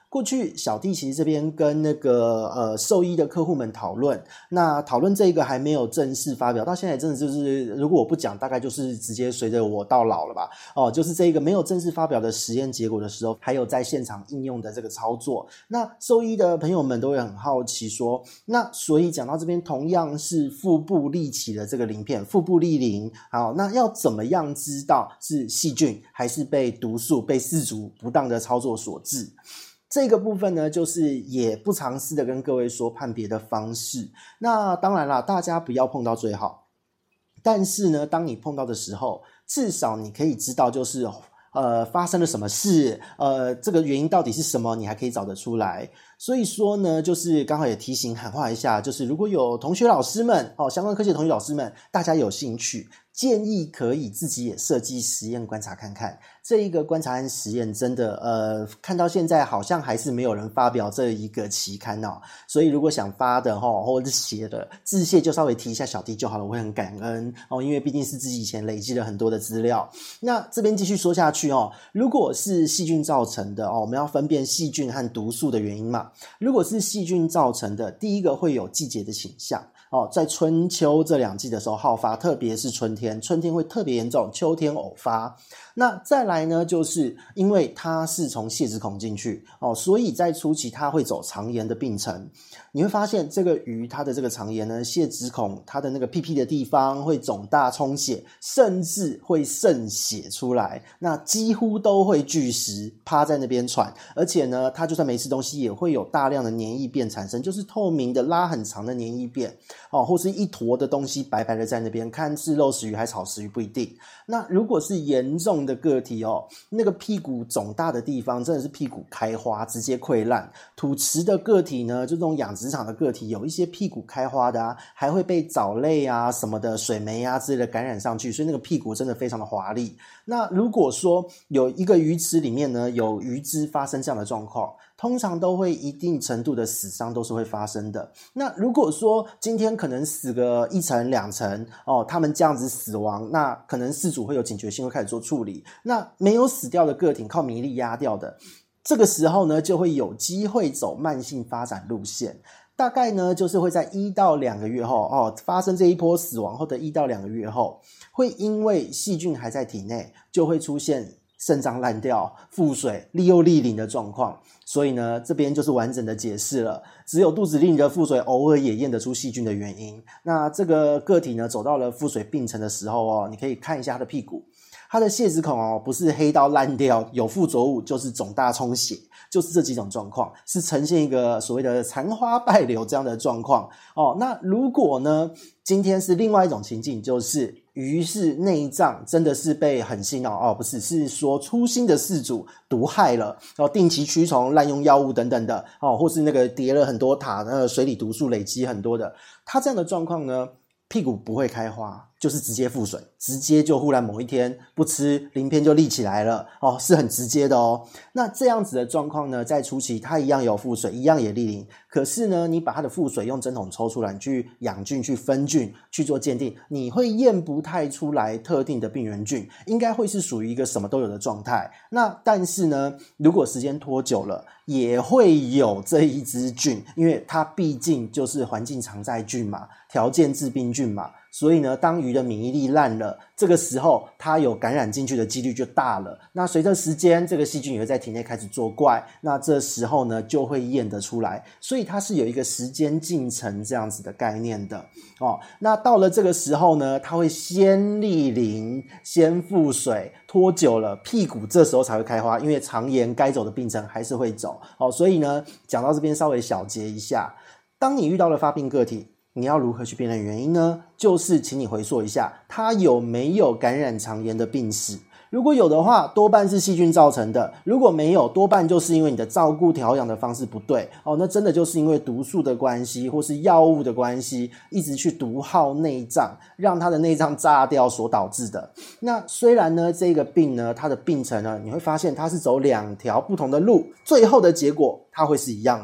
过去小弟其实这边跟那个兽医的客户们讨论，那讨论这个还没有正式发表，到现在真的就是如果我不讲，大概就是直接随着我到老了吧。就是这个没有正式发表的实验结果的时候，还有在现场应用的这个操作，那兽医的朋友们都会很好奇说，那所以讲到这边同样是腹部立起的这个鳞片，腹部立鳞，好，那要怎么样知道是细菌还是被毒素被饲主不当的操作所致？这个部分呢，就是也不尝试的跟各位说判别的方式。那当然啦，大家不要碰到最好，但是呢，当你碰到的时候，至少你可以知道就是发生了什么事，这个原因到底是什么，你还可以找得出来。所以说呢，就是刚好也提醒喊话一下，就是如果有同学老师们相关科技的同学老师们，大家有兴趣，建议可以自己也设计实验观察看看。这一个观察和实验真的看到现在好像还是没有人发表这一个期刊所以如果想发的或者是写的致谢就稍微提一下小弟就好了，我会很感恩因为毕竟是自己以前累积了很多的资料。那这边继续说下去如果是细菌造成的我们要分辨细菌和毒素的原因嘛。如果是细菌造成的，第一个会有季节的倾向在春秋这两季的时候好发，特别是春天会特别严重，秋天偶发。那再来呢，就是因为它是从泄殖孔进去所以在初期它会走肠炎的病程。你会发现这个鱼它的这个肠炎呢，泄殖孔它的那个屁屁的地方会肿大充血，甚至会渗血出来，那几乎都会拒食趴在那边喘，而且呢它就算没吃东西也会有大量的黏液便产生，就是透明的拉很长的黏液便或是一坨的东西白白的在那边，看是肉食鱼还是草食鱼不一定。那如果是严重的个体那个屁股肿大的地方真的是屁股开花直接溃烂，土池的个体呢，就这种养殖场的个体有一些屁股开花的还会被藻类什么的水霉之类的感染上去，所以那个屁股真的非常的华丽。那如果说有一个鱼池里面呢有鱼只发生这样的状况，通常都会一定程度的死伤都是会发生的。那如果说今天可能死个1层2层他们这样子死亡，那可能饲主会有警觉性，会开始做处理。那没有死掉的个体靠免疫力压掉的，这个时候呢就会有机会走慢性发展路线。大概呢就是会在1到2个月后发生这一波死亡后的1到2个月后，会因为细菌还在体内，就会出现肾脏烂掉、腹水、又痢淋的状况。所以呢这边就是完整的解释了，只有肚子痢淋的腹水偶尔也验得出细菌的原因。那这个个体呢走到了腹水病程的时候你可以看一下它的屁股，它的泄殖孔不是黑到烂掉有附着物，就是肿大充血，就是这几种状况，是呈现一个所谓的残花败柳这样的状况那如果呢今天是另外一种情境，就是鱼是内脏真的是被狠心不是，是说粗心的饲主毒害了定期驱虫、滥用药物等等的或是那个叠了很多塔水里毒素累积很多的，它这样的状况呢屁股不会开花，就是直接腹水，直接就忽然某一天不吃鳞片就立起来了是很直接的那这样子的状况呢，在初期它一样有腹水，一样也立鳞，可是呢你把它的腹水用针筒抽出来，你去养菌去分菌去做鉴定，你会验不太出来特定的病原菌，应该会是属于一个什么都有的状态。那但是呢如果时间拖久了也会有这一支菌，因为它毕竟就是环境常在菌嘛，条件致病菌嘛，所以呢当鱼的免疫力烂了，这个时候它有感染进去的几率就大了。那随着时间这个细菌也会在体内开始作怪，那这时候呢就会验得出来，所以它是有一个时间进程这样子的概念的那到了这个时候呢，它会先立鳞先腹水，拖久了屁股这时候才会开花，因为肠炎该走的病程还是会走所以呢讲到这边稍微小结一下，当你遇到了发病个体，你要如何去辨认原因呢？就是请你回溯一下它有没有感染肠炎的病史，如果有的话多半是细菌造成的，如果没有多半就是因为你的照顾调养的方式不对那真的就是因为毒素的关系或是药物的关系，一直去毒耗内脏，让它的内脏炸掉所导致的。那虽然呢这个病呢它的病程呢你会发现它是走2条不同的路，最后的结果它会是一样的，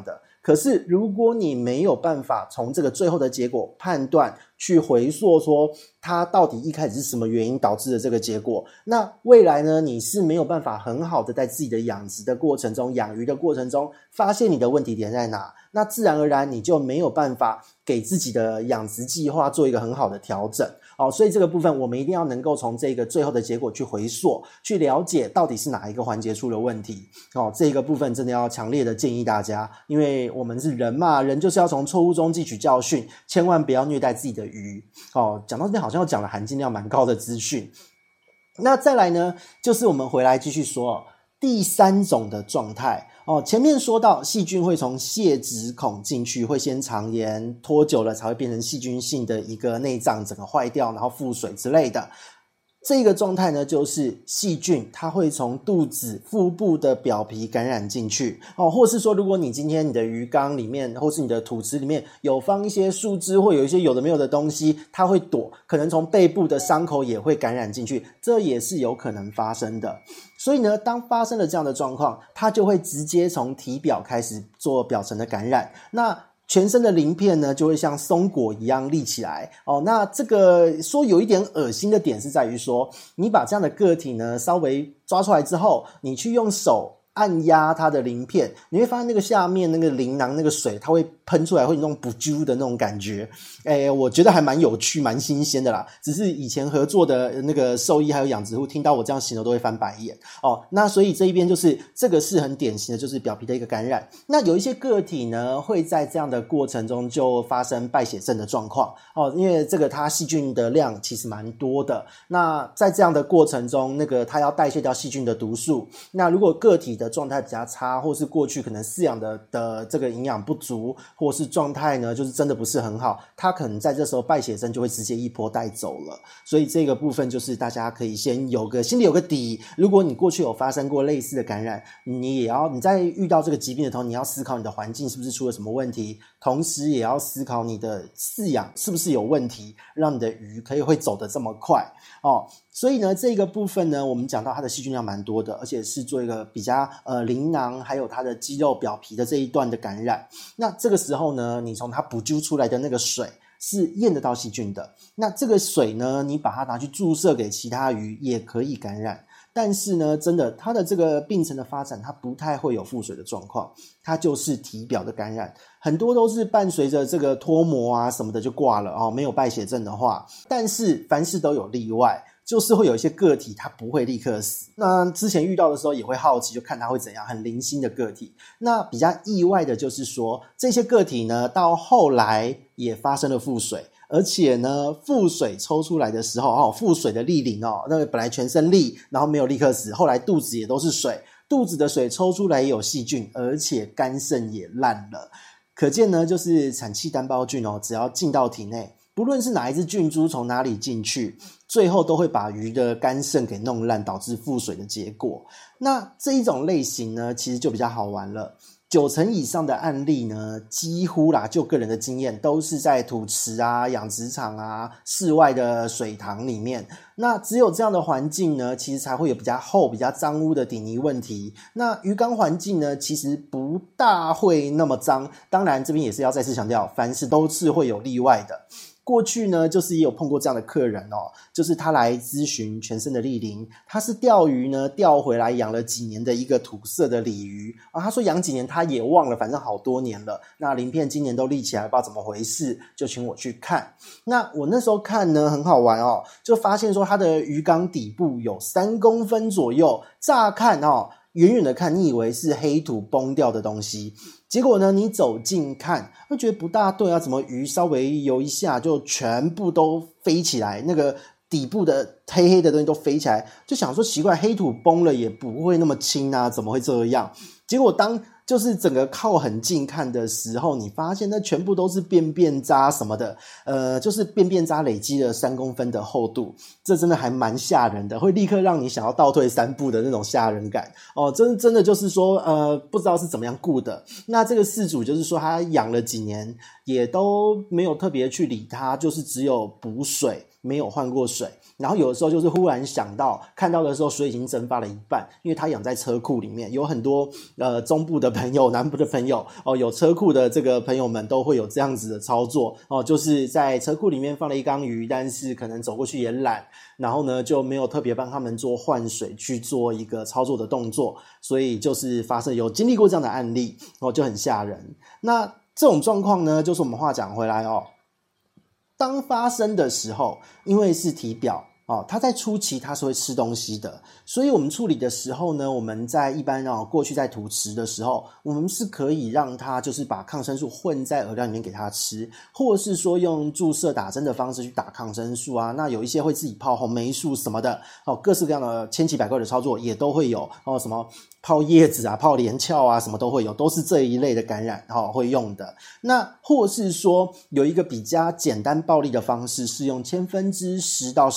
可是如果你没有办法从这个最后的结果判断去回溯说它到底一开始是什么原因导致的这个结果，那未来呢你是没有办法很好的在自己的养殖的过程中养鱼的过程中发现你的问题点在哪，那自然而然你就没有办法给自己的养殖计划做一个很好的调整。所以这个部分我们一定要能够从这个最后的结果去回溯，去了解到底是哪一个环节出了问题。这个部分真的要强烈的建议大家，因为我们是人嘛，人就是要从错误中汲取教训，千万不要虐待自己的鱼。讲到这边好像又讲了含金量蛮高的资讯。那再来呢，就是我们回来继续说第三种的状态。前面说到细菌会从泄殖孔进去，会先肠炎，拖久了才会变成细菌性的一个内脏整个坏掉，然后腹水之类的。这个状态呢，就是细菌它会从肚子腹部的表皮感染进去或是说如果你今天你的鱼缸里面或是你的土池里面有放一些树枝或有一些有的没有的东西，它会躲，可能从背部的伤口也会感染进去，这也是有可能发生的。所以呢，当发生了这样的状况，它就会直接从体表开始做表层的感染，那全身的鳞片呢就会像松果一样立起来那这个说有一点恶心的点是在于说，你把这样的个体呢稍微抓出来之后，你去用手按压它的鳞片，你会发现那个下面那个鳞囊那个水它会喷出来，会有那种不揪的那种感觉。我觉得还蛮有趣蛮新鲜的啦，只是以前合作的那个兽医还有养殖户听到我这样形容都会翻白眼那所以这一边就是这个是很典型的，就是表皮的一个感染。那有一些个体呢会在这样的过程中就发生败血症的状况因为这个它细菌的量其实蛮多的，那在这样的过程中那个它要代谢掉细菌的毒素，那如果个体的状态比较差，或是过去可能饲养的这个营养不足，或是状态呢就是真的不是很好，它可能在这时候败血症就会直接一波带走了。所以这个部分就是大家可以先心里有个底，如果你过去有发生过类似的感染，你在遇到这个疾病的时候，你要思考你的环境是不是出了什么问题，同时也要思考你的饲养是不是有问题，让你的鱼会走得这么快所以呢这个部分呢我们讲到它的细菌量蛮多的，而且是做一个比较鳞囊还有它的肌肉表皮的这一段的感染。那这个时候呢，你从它补救出来的那个水是验得到细菌的，那这个水呢你把它拿去注射给其他鱼也可以感染，但是呢真的它的这个病程的发展它不太会有腹水的状况，它就是体表的感染，很多都是伴随着这个脱膜啊什么的就挂了没有败血症的话。但是凡事都有例外，就是会有一些个体它不会立刻死，那之前遇到的时候也会好奇，就看它会怎样，很零星的个体。那比较意外的就是说这些个体呢到后来也发生了腹水，而且呢腹水抽出来的时候腹水的粒鳞那个本来全身粒然后没有立刻死，后来肚子也都是水，肚子的水抽出来也有细菌，而且肝肾也烂了。可见呢就是产气单胞菌只要进到体内，不论是哪一只菌株从哪里进去，最后都会把鱼的肝肾给弄烂，导致腹水的结果。那这一种类型呢其实就比较好玩了，90%以上的案例呢几乎啦就个人的经验都是在土池啊养殖场啊室外的水塘里面，那只有这样的环境呢其实才会有比较厚比较脏污的底泥问题。那鱼缸环境呢其实不大会那么脏，当然这边也是要再次强调，凡事都是会有例外的。过去呢就是也有碰过这样的客人就是他来咨询全身的粒鳞，他是钓鱼呢钓回来养了几年的一个土色的鲤鱼他说养几年他也忘了，反正好多年了，那鳞片今年都立起来，不知道怎么回事，就请我去看。那我那时候看呢很好玩就发现说他的鱼缸底部有3公分左右，乍看远远的看你以为是黑土崩掉的东西，结果呢你走近看会觉得不大对怎么鱼稍微游一下就全部都飞起来，那个底部的黑黑的东西都飞起来，就想说奇怪，黑土崩了也不会那么轻怎么会这样？结果当就是整个靠很近看的时候，你发现那全部都是便便渣什么的就是便便渣累积了3公分的厚度，这真的还蛮吓人的，会立刻让你想要倒退3步的那种吓人感真的就是说不知道是怎么样顾的。那这个饲主就是说他养了几年也都没有特别去理他，就是只有补水没有换过水， 然后有的时候就是忽然想到看到的时候水已经蒸发了一半，因为它养在车库里面，有很多中部的朋友南部的朋友有车库的这个朋友们都会有这样子的操作就是在车库里面放了一缸鱼，但是可能走过去也懒，然后呢就没有特别帮他们做换水去做一个操作的动作，所以就是发生有经历过这样的案例就很吓人。那这种状况呢，就是我们话讲回来当发生的时候，因为是体表它在初期它是会吃东西的，所以我们处理的时候呢，我们在一般过去在土池的时候，我们是可以让它就是把抗生素混在饵料里面给它吃，或者是说用注射打针的方式去打抗生素啊，那有一些会自己泡红霉素什么的各式各样的千奇百怪的操作也都会有什么泡叶子啊泡连翘啊什么都会有，都是这一类的感染会用的。那或是说有一个比较简单暴力的方式，是用10%到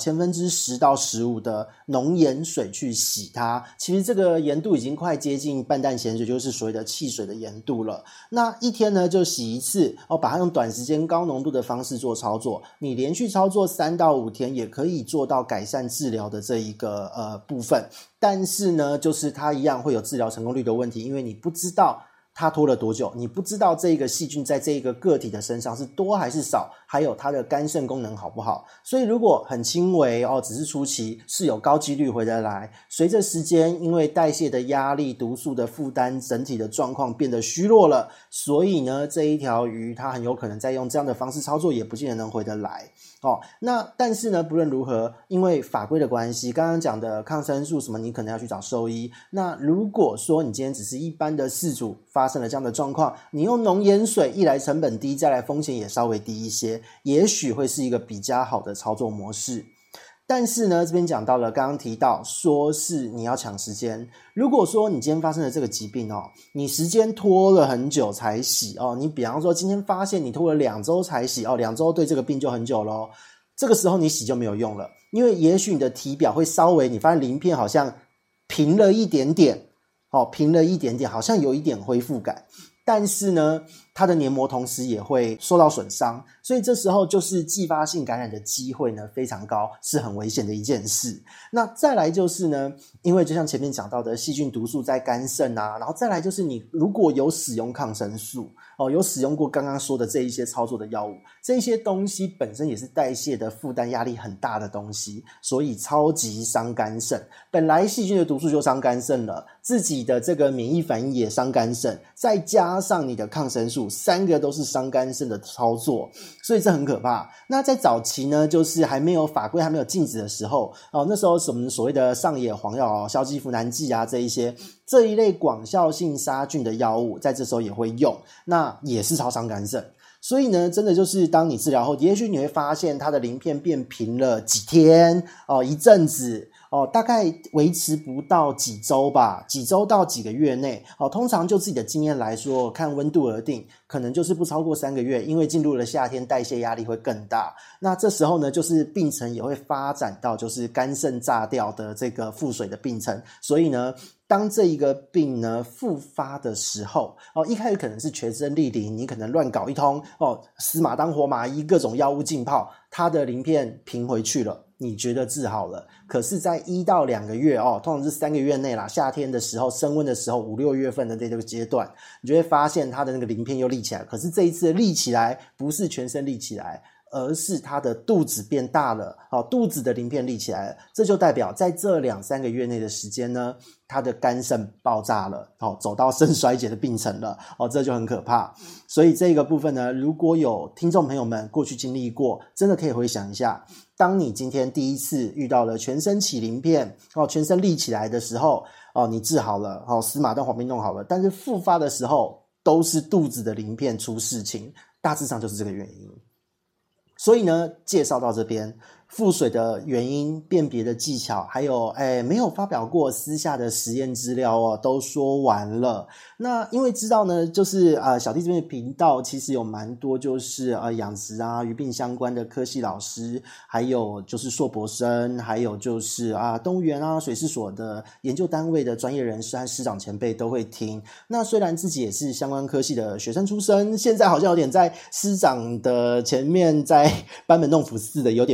15%10%到15%的浓盐水去洗它，其实这个盐度已经快接近半淡咸水，就是所谓的汽水的盐度了。那一天呢就洗一次把它用短时间高浓度的方式做操作，你连续操作3到5天也可以做到改善治疗的这一个部分。但是呢就是它一样会有治疗成功率的问题，因为你不知道它拖了多久，你不知道这个细菌在这个个体的身上是多还是少，还有它的肝肾功能好不好。所以如果很轻微只是初期，是有高几率回得来，随着时间因为代谢的压力毒素的负担整体的状况变得虚弱了，所以呢这一条鱼它很有可能再用这样的方式操作也不见得能回得来那但是呢不论如何，因为法规的关系，刚刚讲的抗生素什么你可能要去找兽医，那如果说你今天只是一般的饲主发生了这样的状况，你用浓盐水，一来成本低，再来风险也稍微低一些，也许会是一个比较好的操作模式。但是呢这边讲到了，刚刚提到说是你要抢时间，如果说你今天发生了这个疾病你时间拖了很久才洗你比方说今天发现你拖了2周才洗2周对这个病就很久咯，这个时候你洗就没有用了，因为也许你的体表会稍微你发现鳞片好像平了一点点平了一点点，好像有一点恢复感，但是呢它的黏膜同时也会受到损伤，所以这时候就是继发性感染的机会呢非常高，是很危险的一件事。那再来就是呢，因为就像前面讲到的细菌毒素在肝肾啊，然后再来就是你如果有使用抗生素有使用过刚刚说的这一些操作的药物，这些东西本身也是代谢的负担压力很大的东西，所以超级伤肝肾。本来细菌的毒素就伤肝肾了，自己的这个免疫反应也伤肝肾，再加上你的抗生素，3个都是伤肝肾的操作，所以这很可怕。那在早期呢，就是还没有法规还没有禁止的时候那时候什么所谓的上野黄药硝基呋喃剂啊这一类广效性杀菌的药物在这时候也会用，那也是超伤肝肾。所以呢真的就是当你治疗后，也许你会发现它的鳞片变平了几天一阵子大概维持不到几周吧，几周到几个月内通常就自己的经验来说，看温度而定，可能就是不超过3个月，因为进入了夏天代谢压力会更大，那这时候呢就是病程也会发展到就是肝肾炸掉的这个腹水的病程。所以呢当这一个病呢复发的时候一开始可能是全身莅临，你可能乱搞一通死马当活马医，各种药物浸泡，它的鳞片平回去了，你觉得治好了，可是在1到2个月通常是3个月内啦，夏天的时候升温的时候5、6月份的这个阶段，你就会发现它的那个鳞片又立起来，可是这一次立起来不是全身立起来，而是它的肚子变大了肚子的鳞片立起来了，这就代表在这2、3个月内的时间呢，它的肝肾爆炸了走到肾衰竭的病程了这就很可怕。所以这个部分呢，如果有听众朋友们过去经历过，真的可以回想一下，当你今天第一次遇到了全身起鳞片全身立起来的时候你治好了死马当活马医弄好了，但是复发的时候都是肚子的鳞片出事情，大致上就是这个原因。所以呢介绍到这边，腹水的原因、辨别的技巧，还有没有发表过私下的实验资料都说完了。那因为知道呢，就是小弟这边的频道其实有蛮多就是养殖啊、鱼病相关的科系老师，还有就是硕博生，还有就是动物园啊、水事所的研究单位的专业人士和师长前辈都会听。那虽然自己也是相关科系的学生出身，现在好像有点在师长的前面在班门弄斧似的，有点不好意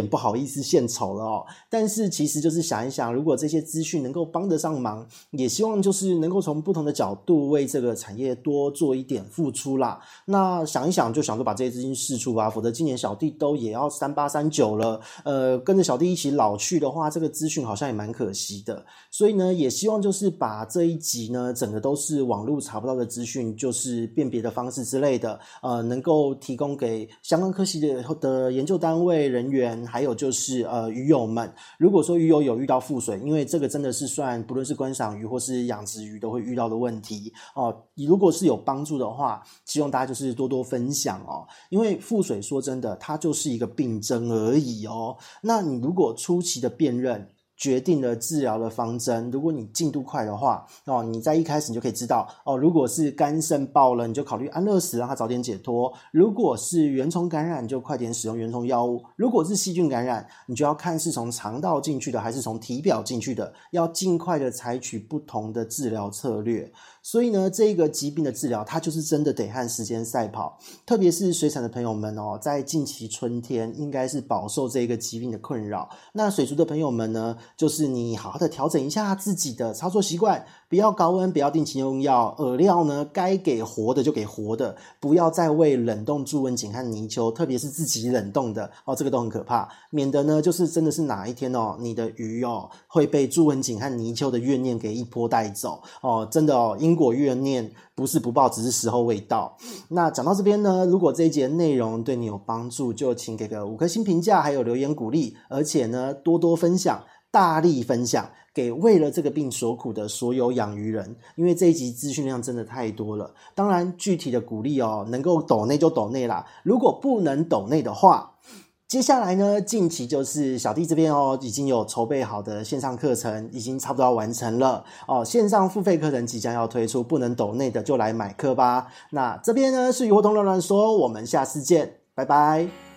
意思献丑了哦。但是其实就是想一想，如果这些资讯能够帮得上忙，也希望就是能够从不同的角度为这个产业多做一点付出啦。那想一想就想说把这些资金释出吧，否则今年小弟都也要38、39了，跟着小弟一起老去的话，这个资讯好像也蛮可惜的。所以呢，也希望就是把这一集呢，整个都是网络查不到的资讯，就是辨别的方式之类的，能够提供给相关科系的研究单位人员，还有就是鱼友们。如果说鱼友有遇到腹水，因为这个真的是算不论是观赏鱼或是养殖鱼都会遇到的问题哦。如果是有帮助的话，希望大家就是多多分享哦。因为腹水说真的，它就是一个病症而已哦。那你如果初期的辨认，决定了治疗的方针，如果你进度快的话你在一开始你就可以知道如果是肝肾爆了，你就考虑安乐死让它早点解脱；如果是原虫感染，你就快点使用原虫药物；如果是细菌感染，你就要看是从肠道进去的还是从体表进去的，要尽快的采取不同的治疗策略。所以呢，这个疾病的治疗它就是真的得和时间赛跑，特别是水产的朋友们在近期春天应该是饱受这个疾病的困扰。那水族的朋友们呢，就是你好好的调整一下自己的操作习惯，不要高温，不要定期用药，饵料呢该给活的就给活的，不要再喂冷冻助温井和泥鳅，特别是自己冷冻的这个都很可怕，免得呢就是真的是哪一天你的鱼会被助温井和泥鳅的怨念给一波带走真的因果怨念不是不报，只是时候未到。那讲到这边呢，如果这一节内容对你有帮助，就请给个5颗星评价，还有留言鼓励，而且呢多多分享，大力分享给为了这个病所苦的所有养鱼人，因为这一集资讯量真的太多了。当然具体的鼓励能够抖内就抖内啦，如果不能抖内的话，接下来呢，近期就是小弟这边已经有筹备好的线上课程，已经差不多要完成了线上付费课程即将要推出，不能抖内的就来买课吧。那这边呢是鱼活通乱乱说，我们下次见，拜拜。